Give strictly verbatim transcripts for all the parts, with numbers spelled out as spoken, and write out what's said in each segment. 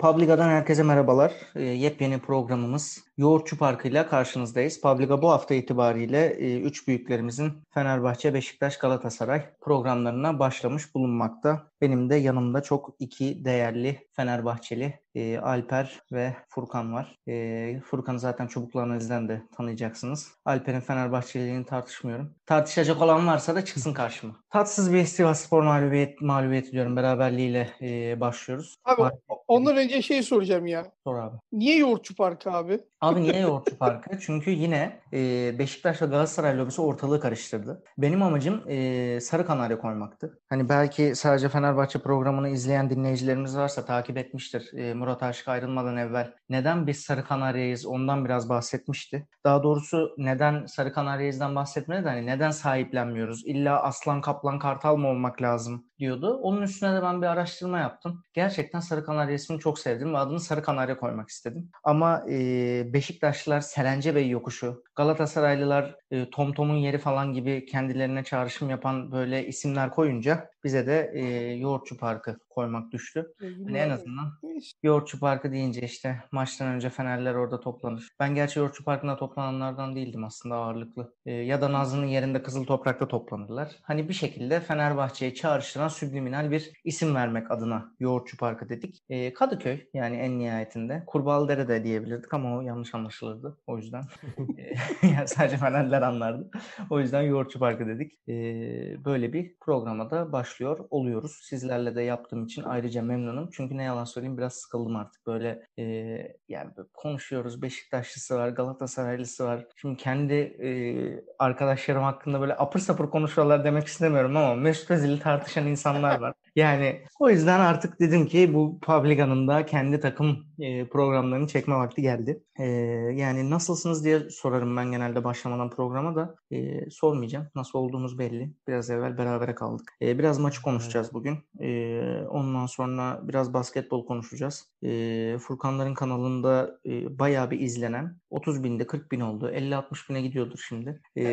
Publiga'dan herkese merhabalar. E, yepyeni programımız Yoğurtçu Parkı ile karşınızdayız. Publiga bu hafta itibariyle e, üç büyüklerimizin Fenerbahçe, Beşiktaş, Galatasaray programlarına başlamış bulunmakta. Benim de yanımda çok iki değerli Fenerbahçeli e, Alper ve Furkan var. E, Furkan'ı zaten çubuklu analizden de tanıyacaksınız. Alper'in Fenerbahçeliliğini tartışmıyorum. Tartışacak olan varsa da çıksın karşıma. Tatsız bir Sivasspor mağlubiyet, mağlubiyeti diyorum beraberliğiyle e, başlıyoruz. Abi Mağlubiyet ondan önce şey soracağım ya. Sor abi. Niye Yoğurtçu Parkı abi? Abi niye Yoğurtçu Parkı? Çünkü yine e, Beşiktaş ve Galatasaray lobisi ortalığı karıştırdı. Benim amacım e, Sarı Kanarya koymaktı. Hani belki sadece Fenerbahçe programını izleyen dinleyicilerimiz varsa takip etmiştir. E, Murat Aşık ayrılmadan evvel neden biz Sarı Kanarya'yız ondan biraz bahsetmişti. Daha doğrusu neden Sarı Kanarya'yızdan bahsetmedi de hani neden sahiplenmiyoruz? İlla aslan, kaplan, kartal mı olmak lazım diyordu. Onun üstüne de ben bir araştırma yaptım. Gerçekten Sarı Kanarya ismini çok sevdim ve adını Sarı Kanarya koymak istedim. Ama e, Beşiktaşlılar Serence Bey yokuşu, Galatasaraylılar e, Tom Tom'un yeri falan gibi kendilerine çağrışım yapan böyle isimler koyunca bize de e, Yoğurtçu Parkı koymak düştü. Hani en azından Yoğurtçu Parkı deyince işte maçtan önce Fenerler orada toplanır. Ben gerçi Yoğurtçu Parkı'nda toplananlardan değildim aslında ağırlıklı. E, ya da Nazlı'nın yerinde Kızıl Toprak'ta toplanırlar. Hani bir şekilde Fenerbahçe'ye çağrıştıran subliminal bir isim vermek adına Yoğurtçu Parkı dedik. E, Kadıköy yani en nihayetinde. Kurbağalıdere de diyebilirdik ama o yanlış anlaşılırdı. O yüzden yani sadece Fenerler anlardı. O yüzden Yoğurtçu Parkı dedik. E, böyle bir programa da başlıyor oluyoruz. Sizlerle de yaptığım için ayrıca memnunum. Çünkü ne yalan söyleyeyim biraz sıkıldım artık. Böyle e, yani böyle konuşuyoruz. Beşiktaşlısı var, Galatasaraylısı var. Şimdi kendi e, arkadaşlarım hakkında böyle apır sapır konuşuyorlar demek istemiyorum ama Mesut Özil'i tartışan insanlar var. Yani o yüzden artık dedim ki bu Publiga'nın da kendi takım e, programlarını çekme vakti geldi. E, yani nasılsınız diye sorarım ben genelde başlamadan programa da e, sormayacağım. Nasıl olduğumuz belli. Biraz evvel berabere kaldık. E, biraz maçı konuşacağız bugün. E, ondan sonra biraz basketbol konuşacağız. E, Furkanların kanalında e, bayağı bir izlenen otuz binde kırk bin oldu. elli altmış bine gidiyordur şimdi. E,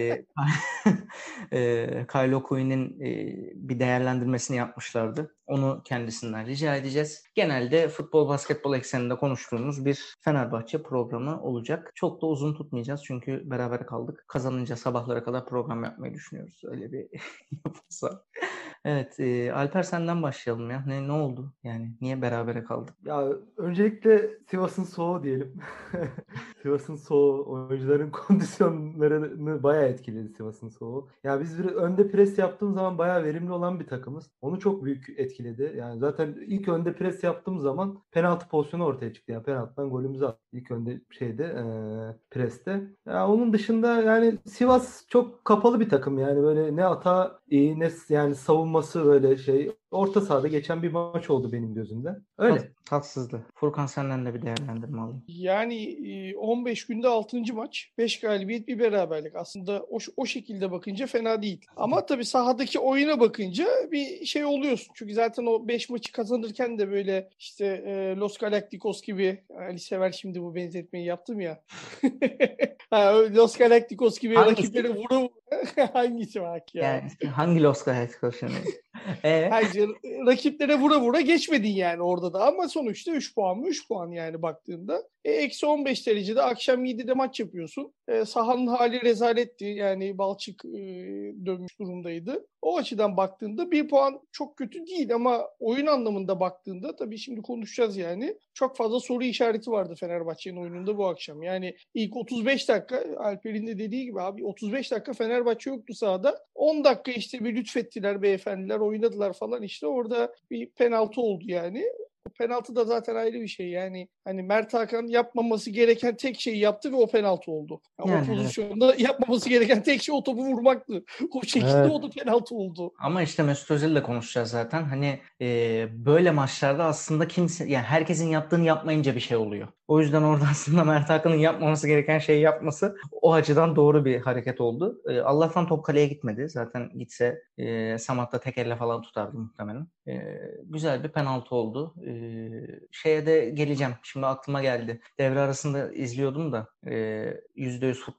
e, Kyle O'Quinn'in e, bir değerlendirmesini yapmışlardı. Onu kendisinden rica edeceğiz. Genelde futbol, basketbol ekseninde konuştuğumuz bir Fenerbahçe programı olacak. Çok da uzun tutmayacağız çünkü beraber kaldık. Kazanınca sabahlara kadar program yapmayı düşünüyoruz. Öyle bir yapısı var. Evet, e, Alper senden başlayalım ya. Ne ne oldu? Yani niye berabere kaldık? Ya öncelikle Sivas'ın soğuğu diyelim. Sivas'ın soğuğu, oyuncuların kondisyonlarını bayağı etkiledi Sivas'ın soğuğu. Ya biz bir önde pres yaptığımız zaman bayağı verimli olan bir takımız. Onu çok büyük etkiledi. Yani zaten ilk önde pres yaptığımız zaman penaltı pozisyonu ortaya çıktı. Yani penaltıdan golümüzü attık. İlk önde şeyde e, preste. Ya onun dışında yani Sivas çok kapalı bir takım. Yani böyle ne ata iyi ne yani savunması böyle şey. Orta sahada geçen bir maç oldu benim gözümde. Öyle. Tat, tatsızdı. Furkan senden de bir değerlendirme alayım. Yani on beş günde altıncı maç. beş galibiyet bir beraberlik. Aslında o, o şekilde bakınca fena değil. Ama tabii sahadaki oyuna bakınca bir şey oluyorsun. Çünkü zaten o beş maçı kazanırken de böyle işte e, Los Galacticos gibi Ali Sever şimdi bu benzetmeyi yaptım ya. ha, Los Galacticos gibi Hangisi? rakiplere vura hangisi bak ya? Yani hangi Los Galacticos şimdi? Ee? Hayır, rakiplere vura vura geçmedin yani orada da ama sonuçta üç puan mı üç puan yani baktığında. E, eksi on beş derecede akşam yedide maç yapıyorsun. E, sahanın hali rezaletti yani balçık e, dönmüş durumdaydı. O açıdan baktığında bir puan çok kötü değil ama oyun anlamında baktığında tabii şimdi konuşacağız yani. Çok fazla soru işareti vardı Fenerbahçe'nin oyununda bu akşam. Yani ilk otuz beş dakika Alper'in de dediği gibi abi otuz beş dakika Fenerbahçe yoktu sahada. on dakika işte bir lütfettiler beyefendiler oynadılar falan işte orada bir penaltı oldu yani. O penaltı da zaten ayrı bir şey yani. Hani Mert Hakan yapmaması gereken tek şeyi yaptı ve o penaltı oldu. Yani Yani o pozisyonda evet. Yapmaması gereken tek şey o topu vurmaktı. O şekilde evet. O da penaltı oldu. Ama işte Mesut Özil'le konuşacağız zaten. Hani e, böyle maçlarda aslında kimse yani herkesin yaptığını yapmayınca bir şey oluyor. O yüzden orada aslında Mert Hakan'ın yapmaması gereken şeyi yapması o açıdan doğru bir hareket oldu. E, Allah'tan top kaleye gitmedi. Zaten gitse e, Samat'ta tek elle falan tutardı muhtemelen. E, güzel bir penaltı oldu. E, şeye de geleceğim. Şimdi aklıma geldi. Devre arasında izliyordum da e, yüzde yüz futbolu.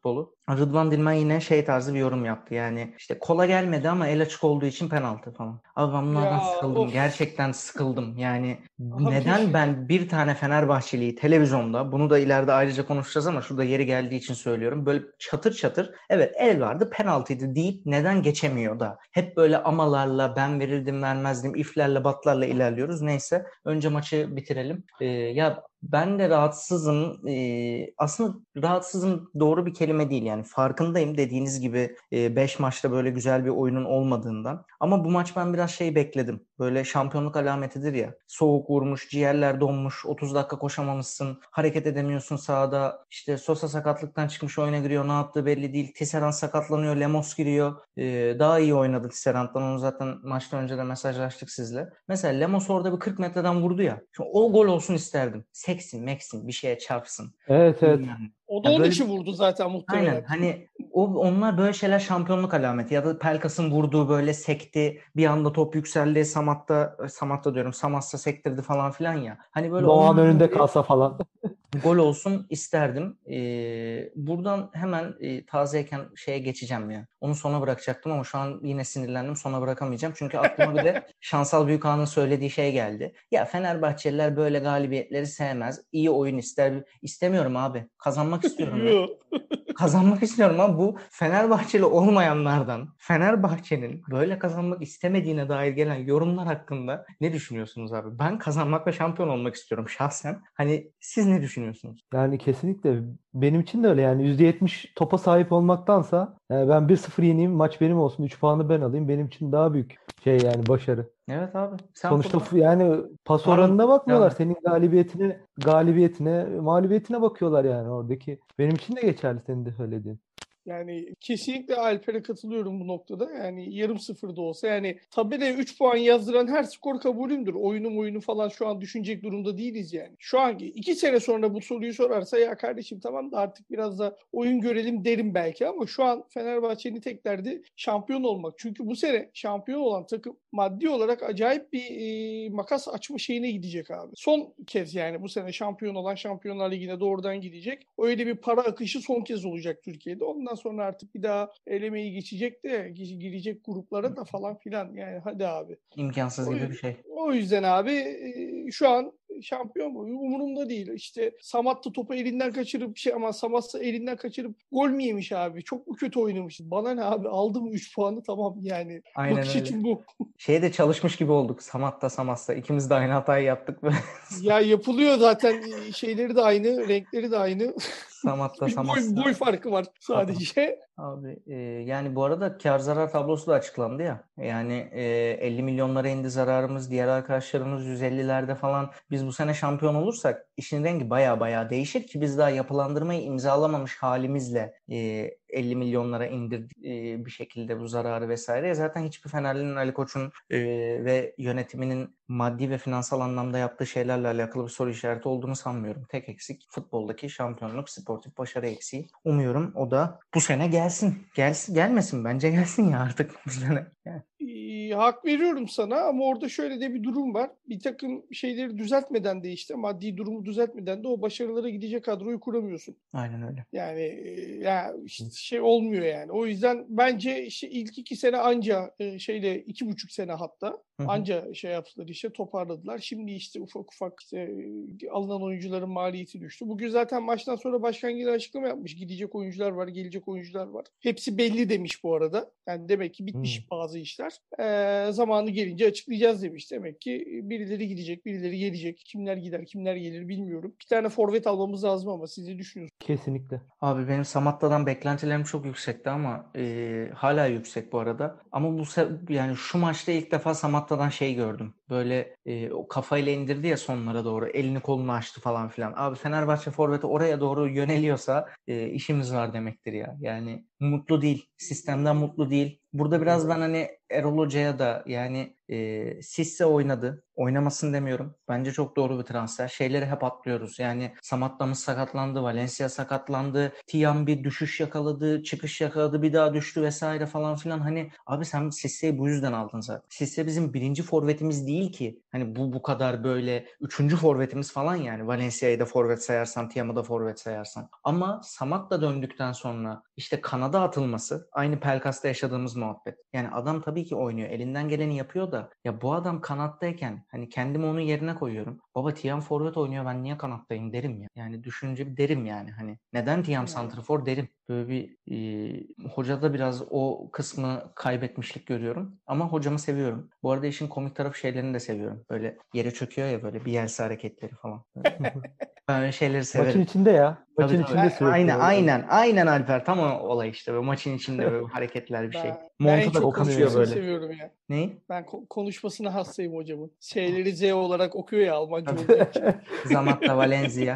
Rıdvan Dilmen yine şey tarzı bir yorum yaptı. Yani işte kola gelmedi ama el açık olduğu için penaltı falan. Abi ben bunlardan Ya sıkıldım. of. Gerçekten sıkıldım. Yani Abi neden ben bir tane Fenerbahçeliyi televizyonda, bunu da ileride ayrıca konuşacağız ama şurada yeri geldiği için söylüyorum. Böyle çatır çatır evet el vardı penaltıydı deyip neden geçemiyor da? Hep böyle amalarla ben verirdim vermezdim iflerle batlarla ilerliyoruz. Neyse önce maçı bitirelim. Ee, ya ben de rahatsızım. Ee, aslında rahatsızım doğru bir kelime değil. Yani farkındayım dediğiniz gibi beş maçta böyle güzel bir oyunun olmadığından. Ama bu maç ben biraz şey bekledim. Böyle şampiyonluk alametidir ya. Soğuk vurmuş, ciğerler donmuş, otuz dakika koşamamışsın, hareket edemiyorsun sahada. İşte Sosa sakatlıktan çıkmış oyuna giriyor. Ne yaptığı belli değil. Tisserand sakatlanıyor, Lemos giriyor. Ee, daha iyi oynadı Tisserand'dan. Onu zaten maçtan önce de mesajlaştık sizle. Mesela Lemos orada bir kırk metreden vurdu ya. Şimdi o gol olsun isterdim. Seksin, meksin, bir şeye çarpsın. Evet, evet. Bilmem. o da Ya onun böyle için vurdu zaten muhtemelen. aynen hani o onlar böyle şeyler şampiyonluk alameti ya da Pelkas'ın vurduğu böyle sekti bir anda top yükseldi Samat'ta Samat'ta diyorum Samas'ta sektirdi falan filan ya. Hani böyle Doğan onlardan önünde bir kalsa falan. gol olsun isterdim. Ee, buradan hemen e, tazeyken şeye geçeceğim ya. Onu sona bırakacaktım ama şu an yine sinirlendim. Sona bırakamayacağım. Çünkü aklıma bir de Şansal Büyükağa'nın söylediği şey geldi. Ya Fenerbahçeliler böyle galibiyetleri sevmez. İyi oyun ister. İstemiyorum abi. Kazanmak istiyorum ya. Yok. Kazanmak istiyorum ama bu Fenerbahçeli olmayanlardan Fenerbahçe'nin böyle kazanmak istemediğine dair gelen yorumlar hakkında ne düşünüyorsunuz abi? Ben kazanmak ve şampiyon olmak istiyorum şahsen. Hani siz ne düşünüyorsunuz? Yani kesinlikle benim için de öyle, yani yüzde yetmiş topa sahip olmaktansa yani ben bir sıfır yeneyim, maç benim olsun, üç puanı ben alayım, benim için daha büyük şey yani başarı. Evet abi. Sen Sonuçta futbol... f- yani pas Pardon. oranına bakmıyorlar. Devam et. Senin galibiyetine, galibiyetine, mağlubiyetine bakıyorlar yani oradaki. Benim için de geçerli senin de söylediğin. Yani kesinlikle Alper'e katılıyorum bu noktada. Yani yarım sıfırda olsa yani tabelaya üç puan yazdıran her skor kabulümdür. Oyunu oyunu falan şu an düşünecek durumda değiliz yani. Şu anki iki sene sonra bu soruyu sorarsa ya kardeşim tamam da artık biraz da oyun görelim derim belki ama şu an Fenerbahçe'nin tek derdi şampiyon olmak. Çünkü bu sene şampiyon olan takım maddi olarak acayip bir e, makas açma şeyine gidecek abi. Son kez yani bu sene şampiyon olan Şampiyonlar Ligi'ne doğrudan gidecek. Öyle bir para akışı son kez olacak Türkiye'de. Ondan sonra artık bir daha elemeyi geçecek de girecek gruplara da falan filan. Yani hadi abi. İmkansız O, gibi bir şey. o yüzden abi e, şu an şampiyon mu? Umurumda değil. İşte Samat da topu elinden kaçırıp şey ama Samat da elinden kaçırıp gol mü yemiş abi? Çok mu kötü oynamış? Bana ne abi? Aldım üç puanı tamam yani. Aynen Bakış öyle. açım bu. Şeye de çalışmış gibi olduk. Samat'ta Samat'ta. İkimiz de aynı hatayı yaptık. Ya yapılıyor zaten şeyleri de aynı, renkleri de aynı. Samat'ta Bir boy, Samat'ta. boy farkı var sadece. Abi e, yani bu arada kar zarar tablosu da açıklandı ya. Yani e, elli milyonlara indi zararımız. Diğer arkadaşlarımız yüz ellilerde falan. Biz bu sene şampiyon olursak işin rengi baya baya değişir ki biz daha yapılandırmayı imzalamamış halimizle e, elli milyonlara indirdik e, bir şekilde bu zararı vesaire. Zaten hiçbir Fenerli'nin, Ali Koç'un e, ve yönetiminin maddi ve finansal anlamda yaptığı şeylerle alakalı bir soru işareti olduğunu sanmıyorum. Tek eksik futboldaki şampiyonluk, sportif başarı eksiği. Umuyorum o da bu sene gelsin. Gelsin, gelmesin bence gelsin ya artık bu sene. Yani. E, hak veriyorum sana ama orada şöyle de bir durum var. Bir takım şeyleri düzeltmeden de işte maddi durumu düzeltmeden de o başarılara gidecek kadroyu kuramıyorsun. Aynen öyle. Yani e, ya işte şey olmuyor yani. O yüzden bence işte ilk iki sene anca e, şeyle iki buçuk sene hatta anca şey yaptılar işte toparladılar. Şimdi işte ufak ufak işte e, alınan oyuncuların maliyeti düştü. Bugün zaten maçtan sonra başkan yine açıklama yapmış. Gidecek oyuncular var, gelecek oyuncular var. Hepsi belli demiş bu arada. Yani demek ki bitmiş hmm. bazı işler. E, zamanı gelince açıklayacağız demiş. Demek ki birileri gidecek, birileri gelecek. Kimler gider, kimler gelir bilmiyorum. Bir tane forvet almamız lazım ama siz ne düşünüyorsunuz? Kesinlikle. Abi benim Samatta'dan beklentilerim çok yüksekti ama e, hala yüksek bu arada. Ama bu yani şu maçta ilk defa Samatta'dan şey gördüm. Böyle e, o kafayla indirdi ya sonlara doğru. Elini kolunu açtı falan filan. Abi Fenerbahçe forveti oraya doğru yöneliyorsa e, işimiz var demektir ya. Yani mutlu değil. Sistemden mutlu değil. Burada biraz ben hani Erol Hoca'ya da yani e, Sisse oynadı. Oynamasın demiyorum. Bence çok doğru bir transfer. Şeyleri hep atlıyoruz. Yani Samatta'mız sakatlandı. Valencia sakatlandı. Tiam bir düşüş yakaladı. Çıkış yakaladı. Bir daha düştü vesaire falan filan. Hani abi sen Sisse'yi bu yüzden aldın zaten. Sisse bizim birinci forvetimiz değil ki. Hani bu bu kadar böyle üçüncü forvetimiz falan yani. Valencia'yı da forvet sayarsan, Tiam'ı da forvet sayarsan. Ama Samatta döndükten sonra işte kanada atılması aynı Pelkas'ta yaşadığımız muhabbet. Yani adam tabii ki oynuyor. Elinden geleni yapıyor da ya bu adam kanattayken hani kendimi onun yerine koyuyorum. Baba Tiam forvet oynuyor, ben niye kanattayım derim ya. Yani düşünce bir derim yani hani. Neden Tiam santrafor derim. Böyle bir e, hocada biraz o kısmı kaybetmişlik görüyorum. Ama hocamı seviyorum. Bu arada işin komik tarafı şeylerini de seviyorum. Böyle yere çöküyor ya böyle Bielsa hareketleri falan. Ben öyle şeyleri severim. Maçın içinde ya. Maçın Tabii, tabii. içinde sürekli. Aynen böyle. aynen aynen Alper, tam o olay işte böyle maçın içinde böyle hareketler bir şey. Ben, ben en Montu da çok kasıyor konuşmasını böyle. seviyorum ya. Neyi? Ben ko- konuşmasını hastayım hocamın. Şeyleri Z olarak okuyor ya Almanca olduğu için. Zamatta, Valencia.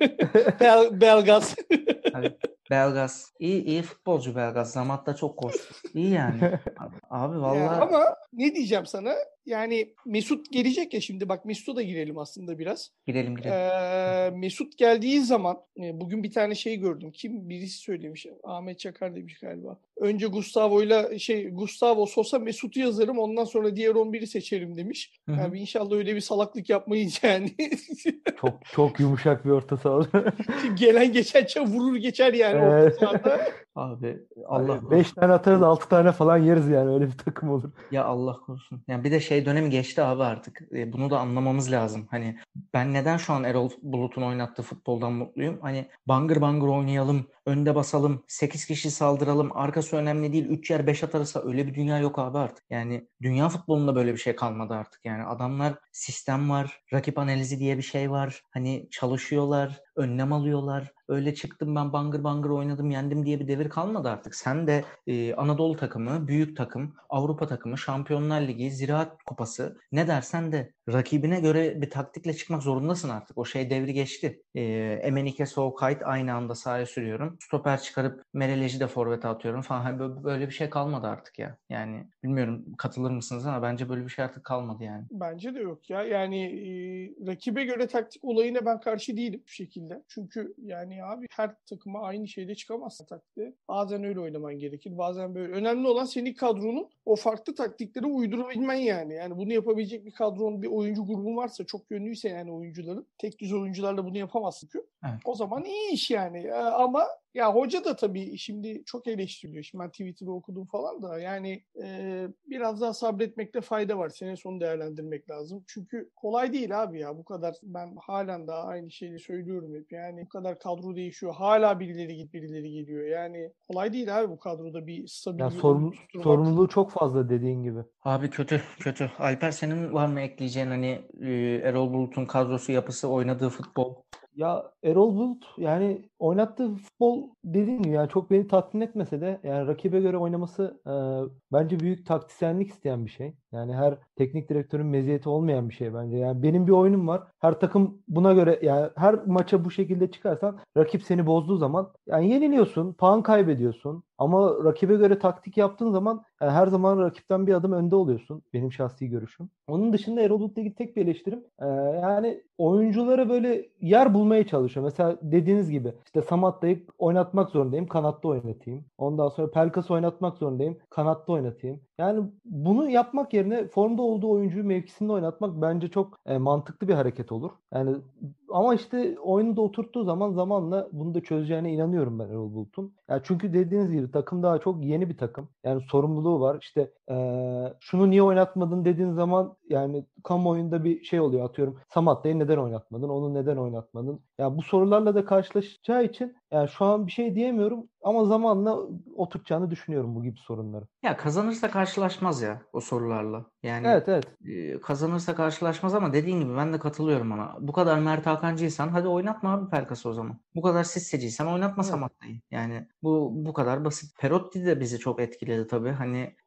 Bel, Belgaz. Tabii. Belgas. İyi, iyi futbolcu Belgas. Zamatta çok koştu. İyi yani. Abi Ya, vallahi ama ne diyeceğim sana? Yani Mesut gelecek ya şimdi. Bak Mesut'a da girelim aslında biraz. girelim girelim. Ee, Mesut geldiği zaman e, bugün bir tane şey gördüm. Kim birisi söylemiş. Ahmet Çakar demiş galiba. Önce Gustavo'yla şey Gustavo Sosa Mesut'u yazarım. Ondan sonra diğer on biri seçerim demiş. Hı hı. Yani inşallah öyle bir salaklık yapmayız yani. Çok çok yumuşak bir orta saha. Gelen geçen vurur geçer yani orta sahada. Abi Allah beş korusun. tane atarız altı tane falan yeriz yani öyle bir takım olur. Ya Allah korusun. Yani bir de şey dönemi geçti abi artık. E, bunu da anlamamız lazım. Hani ben neden şu an Erol Bulut'un oynattığı futboldan mutluyum? Hani bangır bangır oynayalım, önde basalım, sekiz kişi saldıralım, arkası önemli değil, üç yer beş atarsa öyle bir dünya yok abi artık. Yani dünya futbolunda böyle bir şey kalmadı artık. Yani adamlar sistem var, rakip analizi diye bir şey var. Hani çalışıyorlar, önlem alıyorlar. Öyle çıktım ben bangır bangır oynadım yendim diye bir devir kalmadı artık. Sen de e, Anadolu takımı, büyük takım, Avrupa takımı, Şampiyonlar Ligi, Ziraat Kupası ne dersen de rakibine göre bir taktikle çıkmak zorundasın artık. O şey devri geçti. E, Emenike Soğukayt aynı anda sahaya sürüyorum. Stoper çıkarıp Merelej'i de forvete atıyorum falan. Hani böyle bir şey kalmadı artık ya. Yani bilmiyorum katılır mısınız ama bence böyle bir şey artık kalmadı yani. Bence de yok ya. Yani e, rakibe göre taktik olayına ben karşı değilim bu şekilde. Çünkü yani abi her takıma aynı şeyde çıkamazsın taktiği. Bazen öyle oynaman gerekir. Bazen böyle. Önemli olan senin kadronun o farklı taktiklere uydurabilmen yani. Yani bunu yapabilecek bir kadron, bir oyuncu grubun varsa, çok yönlüyse yani oyuncuların. Tek düz oyuncularla bunu yapamazsın çünkü. Evet. O zaman iyi iş yani. E, ama ya hoca da tabii şimdi çok eleştiriliyor. Şimdi ben Twitter'da okudum falan da yani e, biraz daha sabretmekte fayda var. Sene sonu değerlendirmek lazım. Çünkü kolay değil abi ya bu kadar. Ben halen daha aynı şeyi söylüyorum hep. Yani bu kadar kadro değişiyor. Hala birileri git birileri geliyor. Yani kolay değil abi bu kadroda bir stabil Ya bir sorumlu, oyun tutturmak. sorumluluğu çok fazla dediğin gibi. Abi kötü kötü. Alper senin var mı ekleyeceğin hani e, Erol Bulut'un kadrosu, yapısı, oynadığı futbol? Ya Erol Bulut yani oynattığı futbol dediğim gibi yani çok beni tatmin etmese de yani rakibe göre oynaması e, bence büyük taktisyenlik isteyen bir şey. Yani her teknik direktörün meziyeti olmayan bir şey bence. Yani benim bir oyunum var. Her takım buna göre yani her maça bu şekilde çıkarsan rakip seni bozduğu zaman yani yeniliyorsun, puan kaybediyorsun. Ama rakibe göre taktik yaptığın zaman yani her zaman rakipten bir adım önde oluyorsun. Benim şahsi görüşüm. Onun dışında Erol Bulut'la ilgili tek bir eleştirim e, yani oyunculara böyle yer bulmaya çalışıyor. Mesela dediğiniz gibi işte Samatta'yı oynatmak zorundayım, kanatta oynatayım. Ondan sonra Pelkas'ı oynatmak zorundayım, kanatta oynatayım. Yani bunu yapmak yerine formda olduğu oyuncuyu mevkisinde oynatmak bence çok e, mantıklı bir hareket olur. Yani ama işte oyunu da oturttuğu zaman zamanla bunu da çözeceğine inanıyorum ben Erol Bulut'un. Yani çünkü dediğiniz gibi takım daha çok yeni bir takım. Yani sorumluluğu var. İşte ee, şunu niye oynatmadın dediğin zaman yani kamuoyunda bir şey oluyor, atıyorum Samatta'yı neden oynatmadın, onu neden oynatmadın? Yani bu sorularla da karşılaşacağı için yani şu an bir şey diyemiyorum ama zamanla oturtacağını düşünüyorum bu gibi sorunları. Ya kazanırsa karşılaşmaz ya o sorularla. Yani Evet, evet. e, kazanırsa karşılaşmaz ama dediğin gibi ben de katılıyorum ona. Bu kadar Mert Hakan'cıysan hadi oynatma abi Pelkas'ı o zaman. Bu kadar Sisseciysen oynatma Evet. Samatta'yı. Yani bu bu kadar basit. Perotti de bizi çok etkiledi tabii. Hani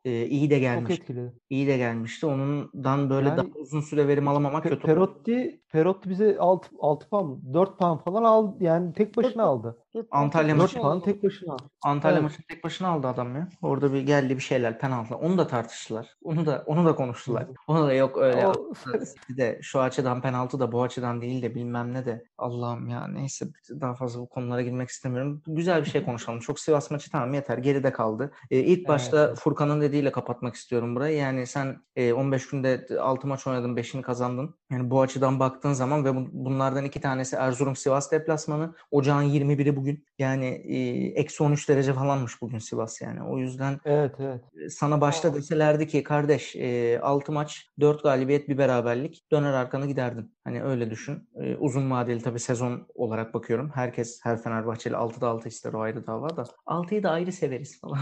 e, iyi de Çok gelmiş. etkili. İyi de gelmişti. Ondan böyle Yani daha uzun süre verim alamamak Pe- kötü oldu. Perotti Perotti bize altı altı puan dört puan falan aldı. Yani tek başına aldı. Antalya dört maçı puan tek başına aldı. Antalya Evet. maçını tek başına aldı adam ya. Orada bir geldi bir şeyler penaltı. Onu da tartıştılar. Onu da onu da konuştular. Onu da yok öyle O de şu açıdan penaltı da bu açıdan değil de bilmem ne de. Allah'ım ya neyse daha fazla bu konulara girmek istemiyorum. Güzel bir şey konuşalım. Çok Sivas maçı tamam yeter geride kaldı. Ee, ilk başta Evet. Furkan'ın dediğiyle kapatmak istiyorum burayı. Yani sen e, on beş günde altı maç oynadın, beşini kazandın. Yani bu açıdan baktığın zaman ve bu, bunlardan iki tanesi Erzurum Sivas deplasmanı. Ocağın yirmi biri bugün. Yani eksi on üç derece falanmış bugün Sivas yani. O yüzden Evet evet. sana başta deselerdi ki kardeş altı maç dört galibiyet bir beraberlik döner arkanı giderdin. Hani öyle düşün. E, uzun vadeli tabii sezon olarak bakıyorum. Herkes her Fenerbahçeli altıda altı ister o ayrı dava da. altıyı da ayrı severiz falan.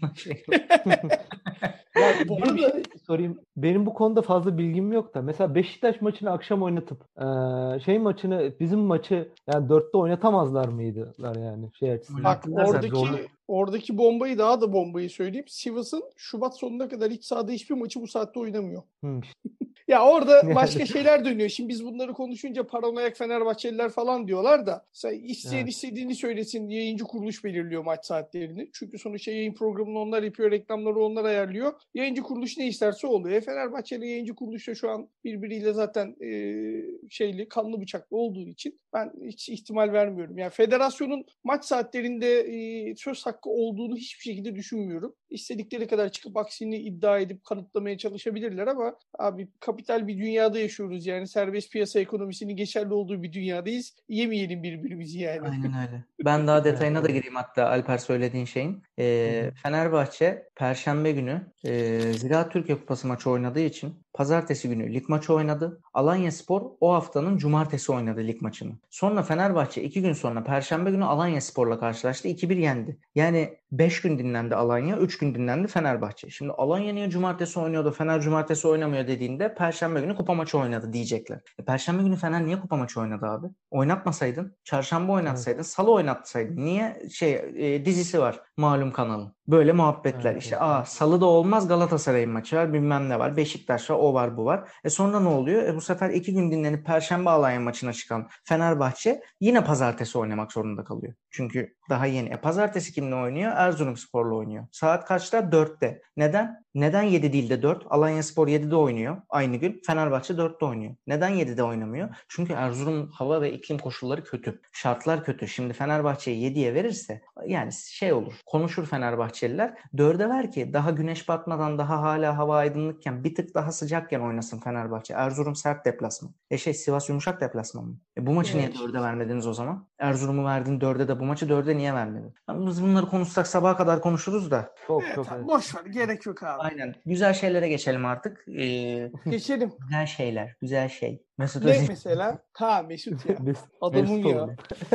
Ya Bu bir, bir arada şey sorayım. Benim bu konuda fazla bilgim yok da. Mesela Beşiktaş maçını akşam oynatıp eee, şey maçını bizim maçı yani dörtte oynatamazlar mıydılar yani şey açısından. bak Oynattılar zaten. oradaki Zorlu. oradaki bombayı daha da bombayı söyleyeyim. Sivas'ın Şubat sonuna kadar iç sahada hiçbir maçı bu saatte oynamıyor. Hı. Ya orada Yani. başka şeyler dönüyor. Şimdi biz bunları konuşunca paranoyak Fenerbahçeliler falan diyorlar da isteyen Evet. istediğini söylesin. Yayıncı kuruluş belirliyor maç saatlerini. Çünkü sonuçta yayın programını onlar yapıyor, reklamları onlar ayarlıyor. Yayıncı kuruluş ne isterse oluyor. E Fenerbahçeli yayıncı kuruluş da şu an birbiriyle zaten e, şeyli, kanlı bıçaklı olduğu için ben hiç ihtimal vermiyorum. Yani federasyonun maç saatlerinde e, söz hakkı olduğunu hiçbir şekilde düşünmüyorum. İstedikleri kadar çıkıp aksini iddia edip kanıtlamaya çalışabilirler ama abi kapital bir dünyada yaşıyoruz yani serbest piyasa ekonomisinin geçerli olduğu bir dünyadayız. Yemeyelim birbirimizi yani. Aynen öyle. Ben daha detayına Evet, da evet. gireyim hatta Alper söylediğin şeyin. Ee, Fenerbahçe Perşembe günü e, Ziraat Türkiye Kupası maçı oynadığı için Pazartesi günü lig maçı oynadı. Alanyaspor o haftanın Cumartesi oynadı lig maçını. Sonra Fenerbahçe iki gün sonra Perşembe günü Alanyaspor'la karşılaştı. iki bir yendi. Yani beş gün dinlendi Alanya, üç gün dinlendi Fenerbahçe. Şimdi Alanya niye Cumartesi oynuyordu, Fener Cumartesi oynamıyor dediğinde Perşembe günü kupa maçı oynadı diyecekler. E, Perşembe günü Fener niye kupa maçı oynadı abi? Oynatmasaydın, çarşamba oynatsaydın, Evet. salı oynatsaydın. Niye şey e, dizisi var malum kanalın. Böyle muhabbetler Evet, işte. evet, Aa evet. salı da olmaz Galatasaray'ın maçı var bilmem ne var. Beşiktaş var o var bu var. E sonra ne oluyor? E bu sefer iki gün dinlenip Perşembe Alanya maçına çıkan Fenerbahçe yine Pazartesi oynamak zorunda kalıyor. Çünkü daha yeni. E Pazartesi kimle oynuyor? Erzurumspor'la oynuyor. Saat kaçta? dörtte. Neden? Neden yedi değil de dört? Alanyaspor yedide oynuyor aynı gün. Fenerbahçe dörtte oynuyor. Neden yedide oynamıyor? Çünkü Erzurum hava ve iklim koşulları kötü. Şartlar kötü. Şimdi Fenerbahçe'yi yediye verirse yani şey olur. Konuşur Fenerbahçeliler. dörde ver ki daha güneş batmadan daha hala hava aydınlıkken bir tık daha sıcakken oynasın Fenerbahçe. Erzurum sert deplasman. E şey Sivas yumuşak deplasman mı? E bu maçı niye Evet. dörde vermediniz o zaman? Erzurum'u verdin dörde de bu maçı dörde niye vermedin? Biz bunları konuşsak sabaha kadar konuşuruz da. Çok Evet çok abi, evet. boş ver gerek yok abi. Aynen. Güzel şeylere geçelim artık. Ee, Geçelim. güzel şeyler. Güzel şey. Mesut Ne Özil. mesela? Ha Mesut ya. Mes- Adamın Mesut ya. olalım.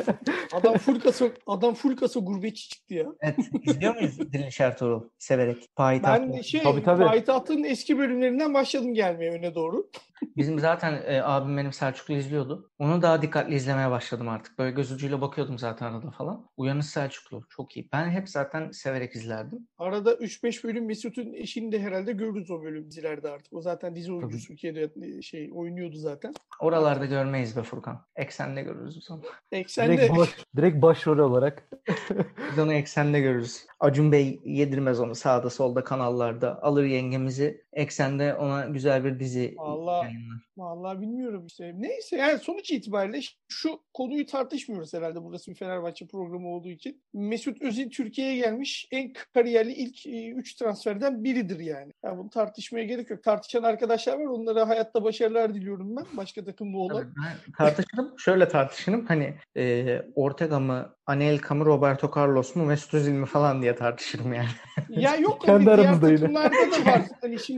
Adam full kasa adam full kasa gurbetçi çıktı ya. Evet. İzliyor muyuz Diriliş Ertuğrul? Severek. Payitaht. Ben şey Tabii, tabii. Payitaht'ın eski bölümlerinden başladım gelmeye öne doğru. Bizim zaten e, abim benim Selçuklu izliyordu. Onu daha dikkatli izlemeye başladım artık. Böyle göz ucuyla bakıyordum zaten arada falan. Uyanış Selçuklu. Çok iyi. Ben hep zaten severek izlerdim. Arada üç beş bölüm Mesut'un eşini de herhalde görürüz o bölüm dizilerde artık. O zaten dizi oyuncusu Türkiye'de şey oynuyordu zaten. Oralarda görmeyiz be Furkan. Eksende görürüz biz onu. Eksende Direkt baş, direkt başrol olarak. Biz onu eksende görürüz. Acun Bey yedirmez onu sağda solda kanallarda. Alır yengemizi eksende ona güzel bir dizi Vallahi yayınlar. Vallahi bilmiyorum işte. Neyse yani sonuç itibariyle şu konuyu tartışmıyoruz herhalde. Burası bir Fenerbahçe programı olduğu için. Mesut Özil Türkiye'ye gelmiş en kariyerli ilk üç transferden biridir yani. Yani bunu tartışmaya gerek yok. Tartışan arkadaşlar var. Onlara hayatta başarılar diliyorum ben. Başka takımlı olan. Tabii ben tartışırım. Şöyle tartışırım. Hani e, Ortega mı, Anelka mı, Roberto Carlos mu, Mesut Özil mi falan diye tartışırım yani. Ya yok Kendi hani diğer aramızda yine. takımlarda da var. Hani şimdi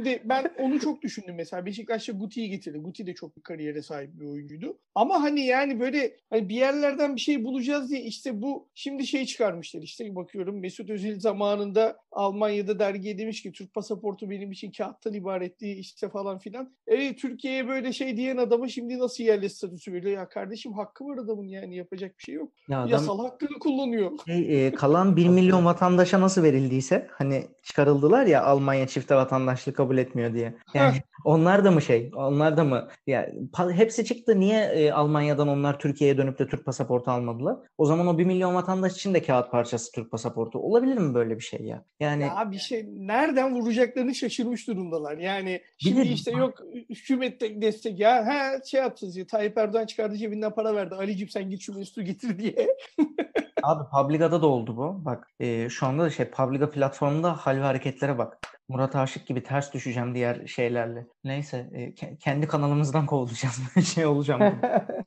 şimdi ben onu çok düşündüm mesela. Beşiktaş'ta Guti'yi getirdi. Guti de çok bir kariyere sahip bir oyuncuydu. Ama hani yani böyle hani bir yerlerden bir şey bulacağız diye işte bu şimdi şey çıkarmışlar. İşte bakıyorum Mesut Özil zamanında Almanya'da dergiye demiş ki Türk pasaportu benim için kağıttan ibaretti işte falan filan. E Türkiye'ye böyle şey diyen adamı şimdi nasıl yerli statüsü veriyor? Ya kardeşim hakkı var adamın yani yapacak bir şey yok. Ya adam Yasal hakkını kullanıyor. şey, e, kalan bir milyon vatandaşa nasıl verildiyse hani çıkarıldılar ya Almanya çifte vatandaşlık kabul etmiyor diye. Yani Heh. onlar da mı şey? Onlar da mı? Ya pa- hepsi çıktı. Niye e, Almanya'dan onlar Türkiye'ye dönüp de Türk pasaportu almadılar? O zaman o bir milyon vatandaş için de kağıt parçası Türk pasaportu. Olabilir mi böyle bir şey ya? Yani Ya bir şey nereden vuracaklarını şaşırmış durumdalar. Yani bir şimdi de işte yok hükümet de destek ya ha şey yapsınız ya Tayyip Erdoğan çıkardı cebinden para verdi. Ali'cim sen git şu Mesut'u getir diye. abi Publica'da da oldu bu. Bak e, şu anda da şey Publica platformunda hal ve hareketlere bak. Murat Aşık gibi ters düşeceğim diğer şeylerle. Neyse e, ke- kendi kanalımızdan kovulacağız. Şey olacağım.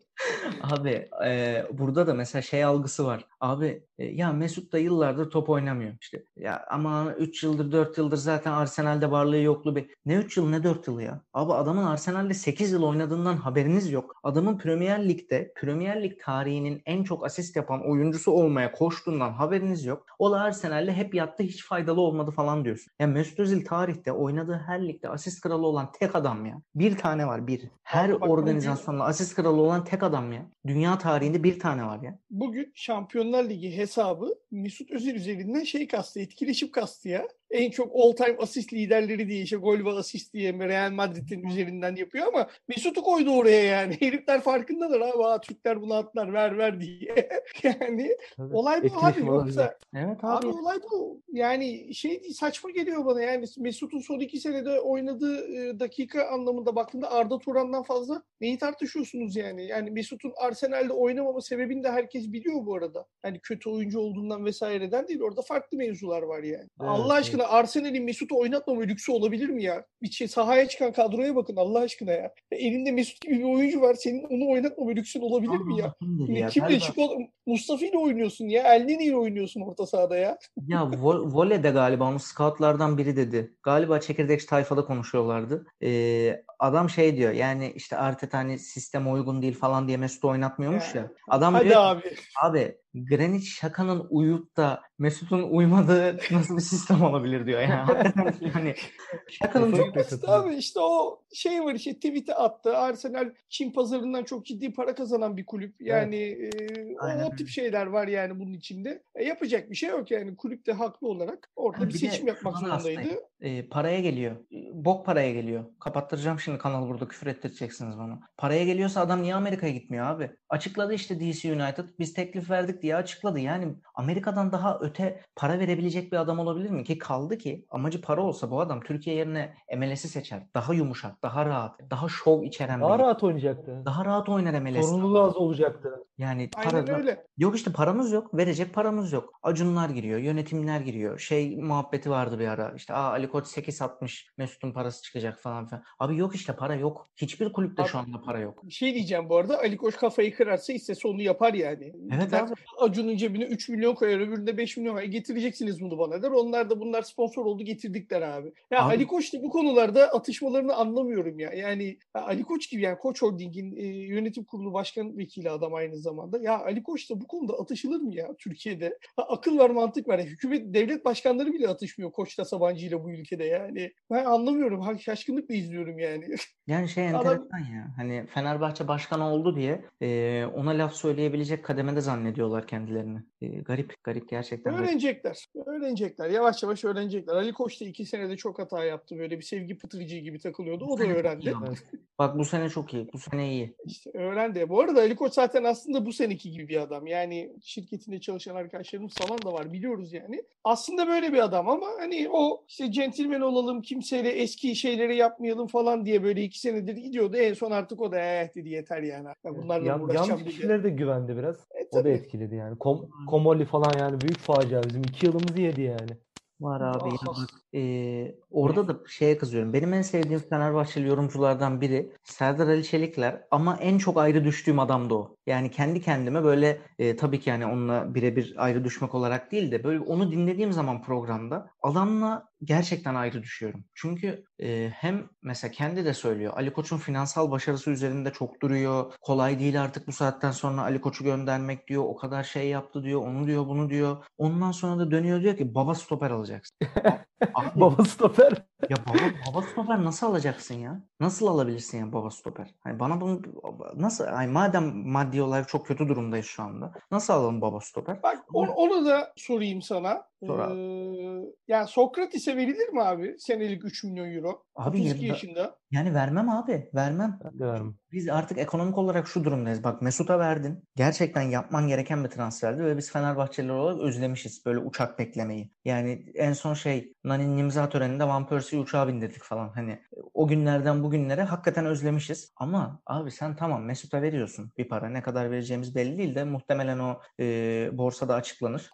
Abi e, burada da mesela şey algısı var. Abi e, ya Mesut da yıllardır top oynamıyor. İşte ya ama üç yıldır dört yıldır zaten Arsenal'de varlığı yokluğu bir. Ne üç yıl ne dört yıl ya. Abi adamın Arsenal'de sekiz yıl oynadığından haberiniz yok. Adamın Premier Lig'de Premier Lig tarihinin en çok asist yapan oyuncusu olmaya koştuğundan haberiniz yok. O da Arsenal'de hep yattı hiç faydalı olmadı falan diyorsun. Ya Mesut Özil tarihte oynadığı her ligde asist kralı olan tek adam ya. Bir tane var bir. Her Abi bak organizasyonla asist kralı olan tek adam ya. Dünya tarihinde bir tane var ya. bugün Şampiyonlar Ligi hesabı Mesut Özil üzerinden şey kastı, etkileşim kastı ya. En çok all time asist liderleri diye işte gol ve asist diye Real Madrid'in üzerinden yapıyor ama Mesut'u koydu oraya yani. Herifler farkındalar abi. Ha, Türkler bunu atlar ver ver diye. Yani Tabii. olay bu abi. Etkileşim olabilir. Yoksa Evet abi abi. olay bu. Yani şey değil, saçma geliyor bana yani Mesut'un son iki senede oynadığı e, dakika anlamında baktığında Arda Turan'dan fazla neyi tartışıyorsunuz yani? Yani Mesut'un Arsenal'de oynamama sebebini de herkes biliyor bu arada. Yani kötü oyuncu olduğundan vesaireden değil. Orada farklı mevzular var yani. Evet, Allah aşkına Arsenal'in Mesut'u oynatmama lüksü olabilir mi ya? Bir şey sahaya çıkan kadroya bakın Allah aşkına ya. ya elinde Mesut gibi bir oyuncu var. Senin onu oynatmama lüksün olabilir mi ya? Aa, kim dedi Ne, ya? kimle Galiba çık Mustafa ile oynuyorsun ya. Elneny ile oynuyorsun orta sahada ya. ya vo- voleyde galiba onu scoutlardan biri dedi. Galiba çekirdek tayfada konuşuyorlardı. Ee, adam şey diyor yani işte Arteta hani sisteme uygun değil falan diye Mesut'u oynatmıyormuş Ya. ya. Adam Hadi diyor ki abi. abi Granit Xhaka'nın uyup da Mesut'un uymadığı nasıl bir sistem olabilir diyor yani. Hakikaten yani Xhaka'nın çok Çok basit abi. İşte o şey var işte tweet'e attı. Arsenal Çin pazarından çok ciddi para kazanan bir kulüp. Yani e, o, o tip şeyler var yani bunun içinde. E, yapacak bir şey yok yani. Kulüp de haklı olarak orada Ha, bir bir de seçim yapmak şuna da zorundaydı. hastayım. E, paraya geliyor. E, bok paraya geliyor. Kapattıracağım şimdi kanalı burada küfür ettireceksiniz bana. Paraya geliyorsa adam niye Amerika'ya gitmiyor abi? Açıkladı işte D C United. Biz teklif verdik diye açıkladı. Yani Amerika'dan daha öte para verebilecek bir adam olabilir mi? Ki kaldı ki amacı para olsa bu adam Türkiye yerine M L S'i seçer. Daha yumuşak, daha rahat, daha şov içeren Daha bir rahat oynayacaktı. daha rahat oynar M L S'te. Sorumluluğu az olacaktı. Yani Aynen para öyle. yok işte paramız yok. Verecek paramız yok. Acunlar giriyor. Yönetimler giriyor. Şey muhabbeti vardı bir ara. İşte Aa, Ali Koç sekiz atmış. Mesut'un parası çıkacak falan filan. Abi yok işte para yok. Hiçbir kulüpte Abi, şu anda para yok. bir şey diyeceğim bu arada. Ali Koç kafayı kırarsa istese onu yapar yani. Evet Gider, abi. Acun'un cebine üç milyon koyar öbüründe beş milyon koyar. Getireceksiniz bunu bana der. Onlar da bunlar sponsor oldu getirdikler abi. Ya Abi Ali Koç da bu konularda atışmalarını anlamıyorum ya. Yani ya Ali Koç gibi yani Koç Holding'in e, yönetim kurulu başkan vekili adam aynı zamanda. Ya Ali Koç da bu konuda atışılır mı ya Türkiye'de? Ha, akıl var mantık var. Ya, hükümet devlet başkanları bile atışmıyor Koç'la Sabancı ile bu ülkede yani. Ben anlamıyorum. Ha, şaşkınlıkla izliyorum yani. yani şey Adam enteresan ya. Hani Fenerbahçe başkanı oldu diye e, ona laf söyleyebilecek kademede zannediyorlar kendilerini. E, garip, garip gerçekten garip. öğrenecekler. Öğrenecekler. Yavaş yavaş öğrenecekler. Ali Koç da iki senede çok hata yaptı. Böyle bir sevgi pıtırıcı gibi takılıyordu. O da sene çok iyi öğrendi. ama. Evet. Bak bu sene çok iyi. Bu sene iyi. İşte öğrendi. Bu arada Ali Koç zaten aslında bu seneki gibi bir adam. Yani şirketinde çalışan arkadaşlarımız falan da var. Biliyoruz yani. Aslında böyle bir adam ama hani o işte centilmen olalım, kimseyle eski şeyleri yapmayalım falan diye böyle iki senedir gidiyordu. En son artık o da eh dedi yeter yani. Ya bunlarla Yan, uğraşacağım yanlış dedi. kişilere de güvendi biraz. E, O da tabii. etkiledi yani. Kom, Komoli falan yani büyük facia. Bizim iki yılımızı yedi yani. Var abi ya Ah, ah. bak. Ee, orada da şeye kızıyorum. Benim en sevdiğim Fenerbahçeli yorumculardan biri Serdar Ali Çelikler ama en çok ayrı düştüğüm adam da o. Yani kendi kendime böyle e, tabii ki yani onunla birebir ayrı düşmek olarak değil de böyle onu dinlediğim zaman programda adamla gerçekten ayrı düşüyorum. Çünkü e, hem mesela kendi de söylüyor. Ali Koç'un finansal başarısı üzerinde çok duruyor. Kolay değil artık bu saatten sonra Ali Koç'u göndermek diyor. O kadar şey yaptı diyor. Onu diyor, bunu diyor. Ondan sonra da dönüyor diyor ki baba stoper alacaksın. Abi Baba stoper. ya baba baba stoper nasıl alacaksın ya? Nasıl alabilirsin ya baba stoper? Hani bana bunu nasıl ay madem maddi olarak çok kötü durumdayız şu anda. Nasıl alalım baba stoper? Bak onu, onu da sorayım sana. Sor abi. Ee, yani Sokrates'e verilir mi abi senelik üç milyon euro? Abi otuz ya, iki yaşında. yani vermem abi. Vermem. Ben de vermem. Biz artık ekonomik olarak şu durumdayız. Bak Mesut'a verdin. Gerçekten yapman gereken bir transferdi ve biz Fenerbahçeliler olarak özlemişiz böyle uçak beklemeyi. Yani en son şey Nani'nin imza töreninde Van Persie'yi uçağa bindirdik falan. Hani o günlerden bugünlere hakikaten özlemişiz. Ama abi sen tamam Mesut'a veriyorsun bir para. Ne kadar vereceğimiz belli değil de muhtemelen o e, borsada açıklanır.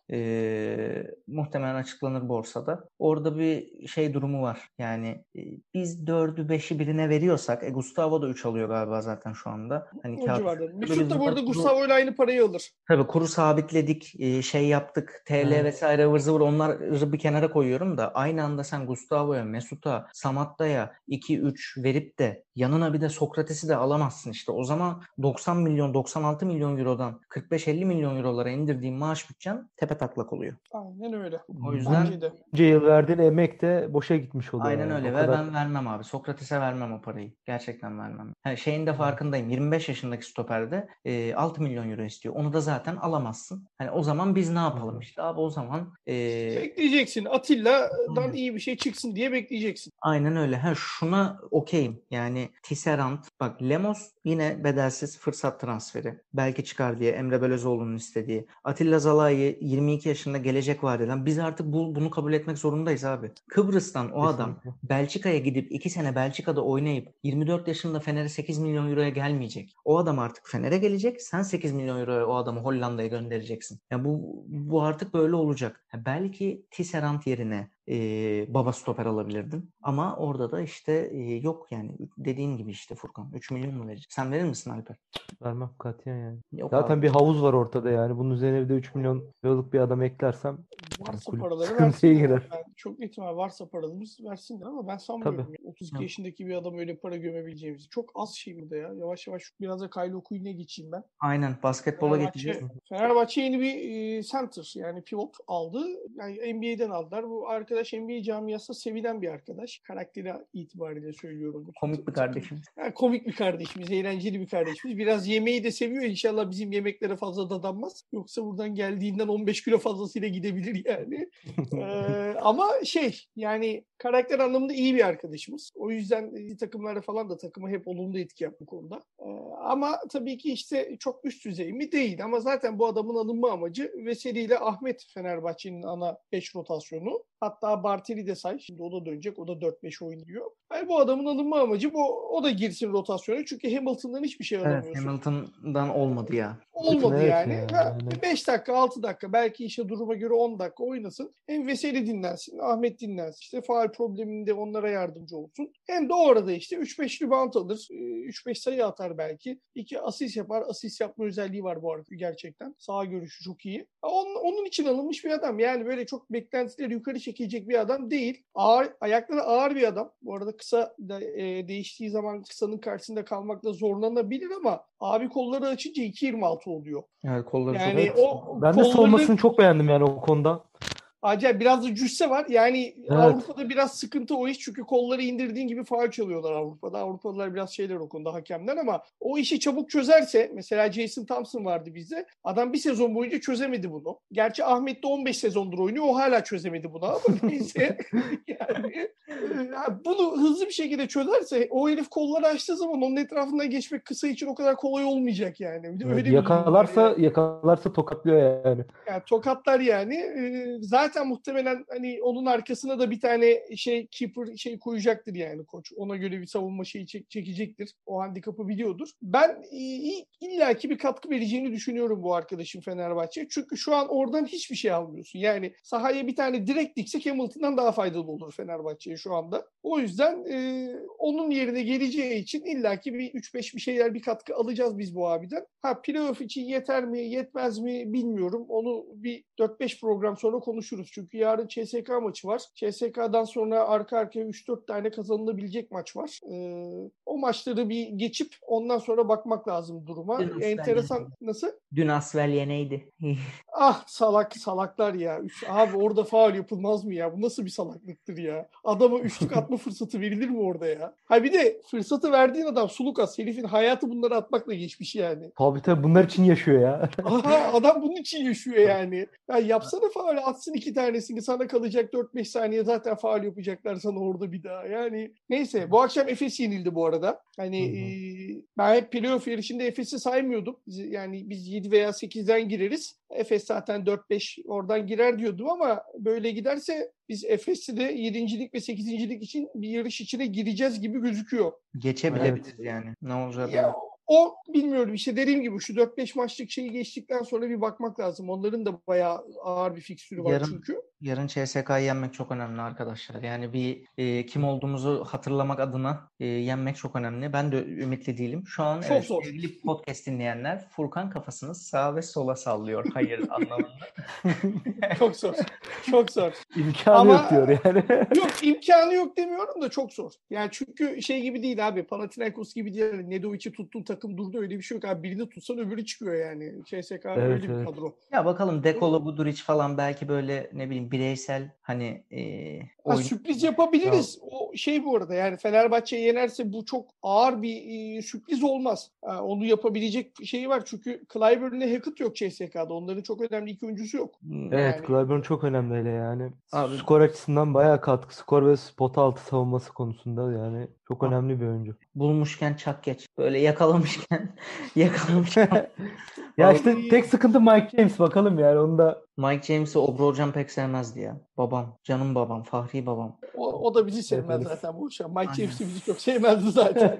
E, muhtemelen açıklanır borsada. Orada bir şey durumu var. Yani e, biz dördü beşi birine veriyorsak e, Gustavo da üç alıyor galiba zaten şu anda. Hani O kağıt civarda. üstünde Mesut biz da bu burada arada kuru, Gustavo ile aynı parayı alır. tabii kuru sabitledik, e, şey yaptık, T L Evet. vesaire ıvır zıvır onları bir kenara koyuyorum da aynı anda sen Gustavo'ya, Mesut'a, Samatta'ya iki üç verip de yanına bir de Sokrates'i de alamazsın işte. O zaman doksan milyon, doksan altı milyon eurodan kırk beş elli milyon eurolara indirdiğin maaş bütçen tepetaklak oluyor. Aynen öyle. O yüzden Bence de. Önce yıl verdiğin emek de boşa gitmiş oluyor aynen yani. öyle O ve kadar. ben vermem abi. Sokrates'e vermem o parayı. Gerçekten vermem. Ha, şeyin de farkındayım. yirmi beş yaşındaki stoperde e, altı milyon euro istiyor. Onu da zaten alamazsın. Hani o zaman biz ne yapalım işte abi o zaman e, Bekleyeceksin. Atilla'dan iyi bir şey çıksın diye bekleyeceksin. aynen öyle. Ha şuna okeyim. Yani Tisserand, bak Lemos yine bedelsiz fırsat transferi. Belki çıkar diye Emre Belözoğlu'nun istediği. Atilla Zalai yirmi iki yaşında gelecek vaat eden. Biz artık bu, bunu kabul etmek zorundayız abi. Kıbrıs'tan o adam Kesinlikle. Belçika'ya gidip iki sene Belçika'da oynayıp yirmi dört yaşında Fener'e sekiz milyon euroya gelmeyecek. O adam artık Fener'e gelecek. Sen sekiz milyon euroya o adamı Hollanda'ya göndereceksin. Ya bu bu artık böyle olacak. Ha belki Tisserand yerine e, baba stoper alabilirdin. Ama orada da işte e, yok yani dediğin gibi işte Furkan üç milyon mu verecek? Sen verir misin Alper? Vermem katiyen yani. Yok Zaten abi. bir havuz var ortada yani. Bunun üzerine bir de üç milyon euroluk bir adam eklersem Varsa kulüp paraları sıkıntıya versinler. girer. Yani çok ihtimal varsa paralarımız versinler ama ben Tabii. sanmıyorum. Yani otuz iki Yok. yaşındaki bir adam öyle para gömebileceğimizi. Çok az şey burada ya. Yavaş yavaş biraz da Kyle Okuyun'a geçeyim ben. Aynen basketbola geçeceğiz. Fenerbahçe, Fenerbahçe yeni bir e, center yani pivot aldı. Yani N B A'den aldılar. Bu arkadaş N B A camiasında sevilen bir arkadaş. Karakteri itibariyle söylüyorum. Bu Komik bir kardeşim. Yani komik bir kardeşimiz, eğlenceli bir kardeşimiz. Biraz yemeği de seviyor. İnşallah bizim yemeklere fazla dadanmaz. Yoksa buradan geldiğinden on beş kilo fazlasıyla gidebilir yani. ee, ama şey yani karakter anlamında iyi bir arkadaşımız. O yüzden takımlarda falan da takıma hep olumlu etki yaptı bu konuda. Ee, ama tabii ki işte çok üst düzey mi değil. Ama zaten bu adamın alınma amacı Veseli ile Ahmet Fenerbahçe'nin ana beş rotasyonu. Hatta Bartel'i de say. Şimdi o da dönecek. O da dört beş oynuyor. Yani bu adamın alınma amacı bu. O da girsin rotasyona. Çünkü Hamilton'dan hiçbir şey alamıyorsun. Evet, Hamilton'dan olmadı ya. Olmadı Evet yani. ya, Ha, aynen. beş dakika altı dakika belki işe duruma göre on dakika oynasın. Hem Veseli dinlensin, Ahmet dinlensin. İşte faal probleminde onlara yardımcı olsun. Hem de orada işte üç beş rebound alır. üç beş sayı atar belki. iki asist yapar. Asist yapma özelliği var bu arada gerçekten. Sağ görüşü çok iyi. Onun, onun için alınmış bir adam. Yani böyle çok beklentileri yukarı çekecek bir adam değil. Ağır, ayakları ağır bir adam. Bu arada kısa da, e, değiştiği zaman kısanın karşısında kalmakta zorlanabilir ama abi kolları açınca iki yirmi altı oluyor. Evet kolları çok. Yani Evet. o Ben de kolları savunmasını çok beğendim yani o konuda. acayip biraz da cüsse var. Yani Evet. Avrupa'da biraz sıkıntı o iş. Çünkü kolları indirdiğin gibi faul çalıyorlar Avrupa'da. Avrupalılar biraz şeyler o konuda hakemler ama o işi çabuk çözerse mesela Jason Thompson vardı bizde. Adam bir sezon boyunca çözemedi bunu. Gerçi Ahmet de on beş sezondur oynuyor. O hala çözemedi bunu ama neyse. Yani bunu hızlı bir şekilde çözerse o herif kolları açtığı zaman onun etrafından geçmek kısa için o kadar kolay olmayacak yani. Öyle Evet, bir yakalarsa durum var yani. yakalarsa tokatlıyor yani. Yani tokatlar yani. Ee, zaten zaten muhtemelen hani onun arkasına da bir tane şey keeper şey koyacaktır yani koç. Ona göre bir savunma şeyi çek, çekecektir. O handikapı biliyordur. Ben e, illaki bir katkı vereceğini düşünüyorum bu arkadaşım Fenerbahçe. Çünkü şu an oradan hiçbir şey almıyorsun. Yani sahaya bir tane direkt diksek Hamilton'dan daha faydalı olur Fenerbahçe'ye şu anda. O yüzden e, onun yerine geleceği için illaki bir üç beş bir şeyler bir katkı alacağız biz bu abiden. Ha playoff için yeter mi yetmez mi bilmiyorum. Onu bir dört beş program sonra konuşuruz. Çünkü yarın C S K maçı var. C S K'dan sonra arka arkaya üç dört tane kazanılabilecek maç var. Ee, o maçları bir geçip ondan sonra bakmak lazım duruma. Dün Enteresan Asvel nasıl? Dün Asvel yeneydi. Ah salak salaklar ya. Üç, abi orada faul yapılmaz mı ya? Bu nasıl bir salaklıktır ya? Adama üçlük atma fırsatı verilir mi orada ya? Ha bir de fırsatı verdiğin adam Sulukas. Herifin hayatı bunları atmakla geçmiş yani. Tabii tabii bunlar için yaşıyor ya. Aha, adam bunun için yaşıyor yani. Ya yapsana faul atsın iki tanesini. Sana kalacak dört beş saniye zaten faul yapacaklar sana orada bir daha. Yani neyse bu akşam Efes yenildi bu arada. Hani e, ben hep playoff yarışında Efes'i saymıyordum. Yani biz yedi veya sekizden gireriz. Efes zaten dört beş oradan girer diyordum ama böyle giderse biz Efes'i de yedincilik ve sekizincilik için bir yarış içine gireceğiz gibi gözüküyor. Geçebiliriz yani. Ne olacak? Ya o bilmiyorum işte dediğim gibi şu dört beş maçlık şeyi geçtikten sonra bir bakmak lazım. Onların da bayağı ağır bir fikstürü var Yarın, çünkü. Yarın C S K'yı yenmek çok önemli arkadaşlar. Yani bir e, kim olduğumuzu hatırlamak adına e, yenmek çok önemli. Ben de ümitli değilim. Şu an Çok evet, zor. sevgili podcast dinleyenler Furkan kafasını sağa ve sola sallıyor. Hayır anlamında. Çok zor. Çok zor. İmkanı Ama- yok diyor yani. Yok imkanı yok demiyorum da çok zor. Yani çünkü şey gibi değil abi. Panathinaikos gibi değil. Nedovic'i tuttuğun takım durdu öyle bir şey yok abi. Birini tutsan öbürü çıkıyor yani. C S K Evet, öyle bir evet. kadro. Ya bakalım Dekolo Buduric falan belki böyle ne bileyim bireysel hani e, Ha, oyun... sürpriz yapabiliriz. O şey bu arada yani Fenerbahçe yenerse bu çok ağır bir e, sürpriz olmaz. Ha, onu yapabilecek şeyi var. Çünkü Clyburn'le Hackett yok C S K'da. Onların çok önemli iki oyuncusu yok. Evet, Yani- Clyburn çok önemli hele yani. Abi- Skor açısından bayağı katkı, skor ve spot altı savunması konusunda yani çok Abi- önemli bir oyuncu. bulmuşken çak geç. Böyle yakalamışken yakalamışken. Ya Vallahi- işte tek sıkıntı Mike James bakalım yani onu da Mike James'i Obro hocam pek sevmezdi ya. Babam, canım babam, Fahri babam. O, o da bizi sevmez Evet. zaten bu akşam. Mike Aynen. James'i bizi çok sevmezdi zaten.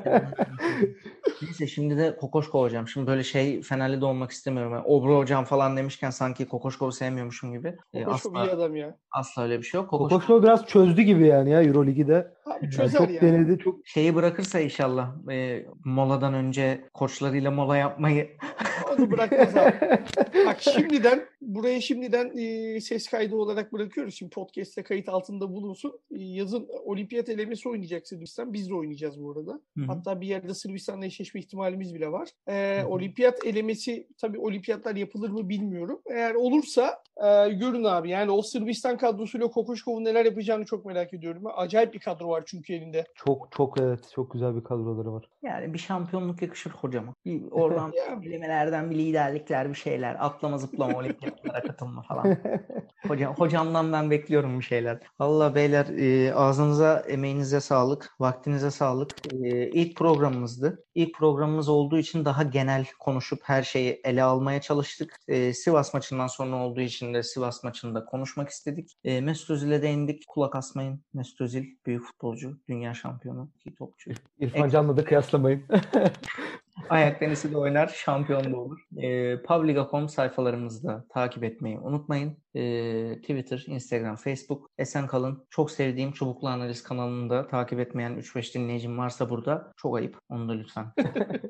Neyse şimdi de Kokoşko hocam. Şimdi böyle şey Fenerli de olmak istemiyorum. Yani Obro hocam falan demişken sanki Kokoşko'yu sevmiyormuşum gibi. Ee, O çok iyi asla, adam ya. asla öyle bir şey yok. Kokoşko Kokoşko biraz çözdü gibi yani ya Euroleague'de. Abi Yani çözer çok ya. denedi, çok şeyi bırakırsa inşallah e, moladan önce koçlarıyla mola yapmayı Onu bırakmaz abi. Bak şimdiden buraya şimdiden e, ses kaydı olarak bırakıyoruz. Şimdi podcast'te kayıt altında bulunsun. E, yazın olimpiyat elemesi oynayacak Sırbistan. Biz de oynayacağız bu arada. Hı hı. Hatta bir yerde Sırbistan'la eşleşme ihtimalimiz bile var. E, Hı hı. olimpiyat elemesi tabii olimpiyatlar yapılır mı bilmiyorum. Eğer olursa e, görün abi. Yani o Sırbistan kadrosuyla Kokoşkov'un neler yapacağını çok merak ediyorum. Acayip bir kadro var çünkü elinde. çok çok evet çok güzel bir kadroları var. yani bir şampiyonluk yakışır hocama. Bir oradan Ya. elemelerden bir liderlikler bir şeyler. Atlama zıplama olimpiyatlara katılma falan. Hocam, hocamdan ben bekliyorum bir şeyler. Valla beyler e, ağzınıza, emeğinize sağlık, vaktinize sağlık. E, ilk programımızdı. İlk programımız olduğu için daha genel konuşup her şeyi ele almaya çalıştık. E, Sivas maçından sonra olduğu için de Sivas maçında konuşmak istedik. E, Mesut Özil'e değindik. Kulak asmayın. Mesut Özil büyük futbolcu, dünya şampiyonu, iyi topçu. İrfan Can'la da kıyaslamayın. Ayak tenisi de oynar, şampiyon da olur. E, Pavliga nokta com sayfalarımızda takip etmeyi unutmayın. E, Twitter, Instagram, Facebook. Esen kalın. Çok sevdiğim Çubuklu Analiz kanalını da takip etmeyen üç beş dinleyicim varsa burada. Çok ayıp. Onu da lütfen.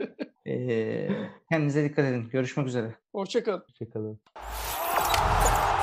e, kendinize dikkat edin. Görüşmek üzere. Hoşça kalın. Hoşçakalın.